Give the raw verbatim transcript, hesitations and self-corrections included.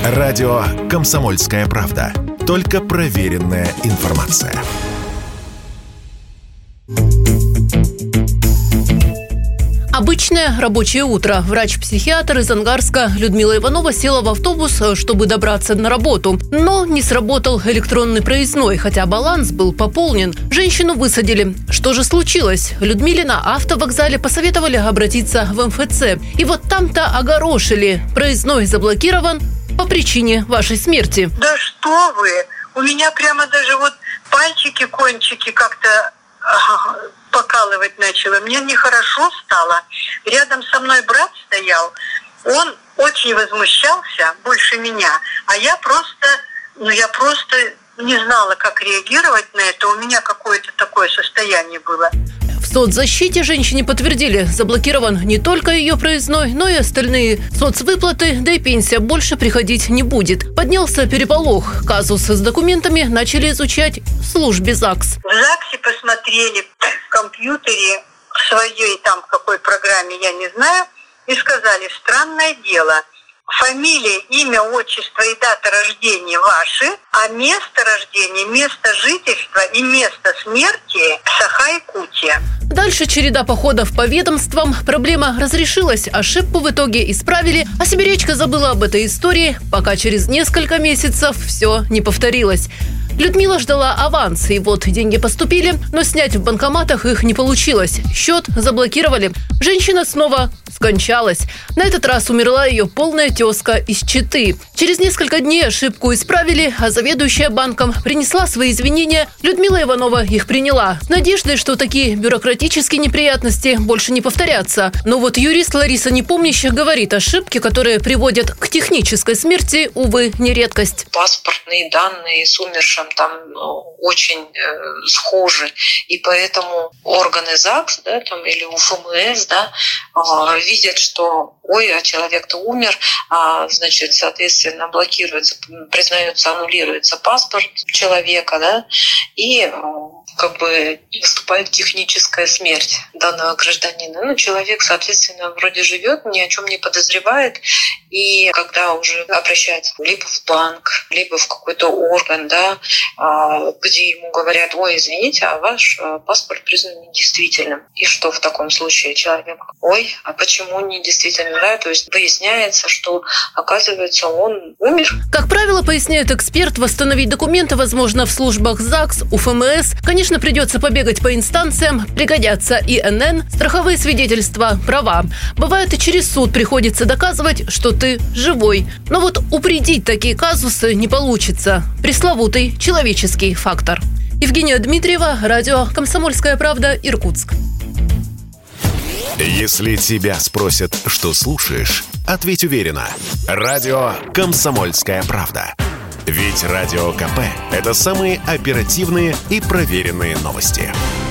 Радио «Комсомольская правда». Только проверенная информация. Обычное рабочее утро. Врач-психиатр из Ангарска Людмила Иванова села в автобус, чтобы добраться на работу. Но не сработал электронный проездной, хотя баланс был пополнен. Женщину высадили. Что же случилось? Людмиле на автовокзале посоветовали обратиться в эм эф цэ. И вот там-то огорошили. Проездной заблокирован по причине вашей смерти. Да что вы! У меня прямо даже вот пальчики, кончики как-то покалывать начало. Мне нехорошо стало. Рядом со мной брат стоял. Он очень возмущался, больше меня. А я просто, ну я просто не знала, как реагировать на это. У меня какое-то такое состояние было. В соцзащите женщине подтвердили, заблокирован не только ее проездной, но и остальные соцвыплаты, да и пенсия больше приходить не будет. Поднялся переполох. Казус с документами начали изучать в службе ЗАГС. В ЗАГСе посмотрели в компьютере, в своей там какой программе, я не знаю, и сказали: странное дело. Фамилия, имя, отчество и дата рождения ваши, а место рождения, место жительства и место смерти Саха-Якутия. Дальше череда походов по ведомствам. Проблема разрешилась, ошибку в итоге исправили, а сибирячка забыла об этой истории, пока через несколько месяцев все не повторилось. Людмила ждала аванс, и вот деньги поступили, но снять в банкоматах их не получилось. Счет заблокировали. Женщина снова скончалась. На этот раз умерла ее полная тезка из Читы. Через несколько дней ошибку исправили, а заведующая банком принесла свои извинения. Людмила Иванова их приняла, с надеждой, что такие бюрократические неприятности больше не повторятся. Но вот юрист Лариса Непомнящая говорит, ошибки, которые приводят к технической смерти, увы, не редкость. Паспортные данные с умершим там очень э, схожи, и поэтому органы ЗАГС, да, там, или у эф эм эс, да, э, видят, что ой, а человек-то умер, а, значит, соответственно, блокируется, признается, аннулируется паспорт человека, да, и как бы наступает техническая смерть данного гражданина. Ну, человек, соответственно, вроде живет, ни о чем не подозревает, и когда уже обращается либо в банк, либо в какой-то орган, да, где ему говорят: ой, извините, а ваш паспорт признан недействительным. И что в таком случае? Человек: ой, а почему недействительным? Да? То есть выясняется, что, оказывается, он умер. Как правило, поясняет эксперт, восстановить документы возможно в службах ЗАГС, у эф эм эс. Конечно, придется побегать по инстанциям, пригодятся и эн эн, страховые свидетельства, права. Бывает, и через суд приходится доказывать, что ты живой. Но вот упредить такие казусы не получится. Пресловутый человеческий фактор. Евгения Дмитриева, радио «Комсомольская правда», Иркутск. Если тебя спросят, что слушаешь, ответь уверенно. Радио «Комсомольская правда». Ведь Радио ка пэ – это самые оперативные и проверенные новости.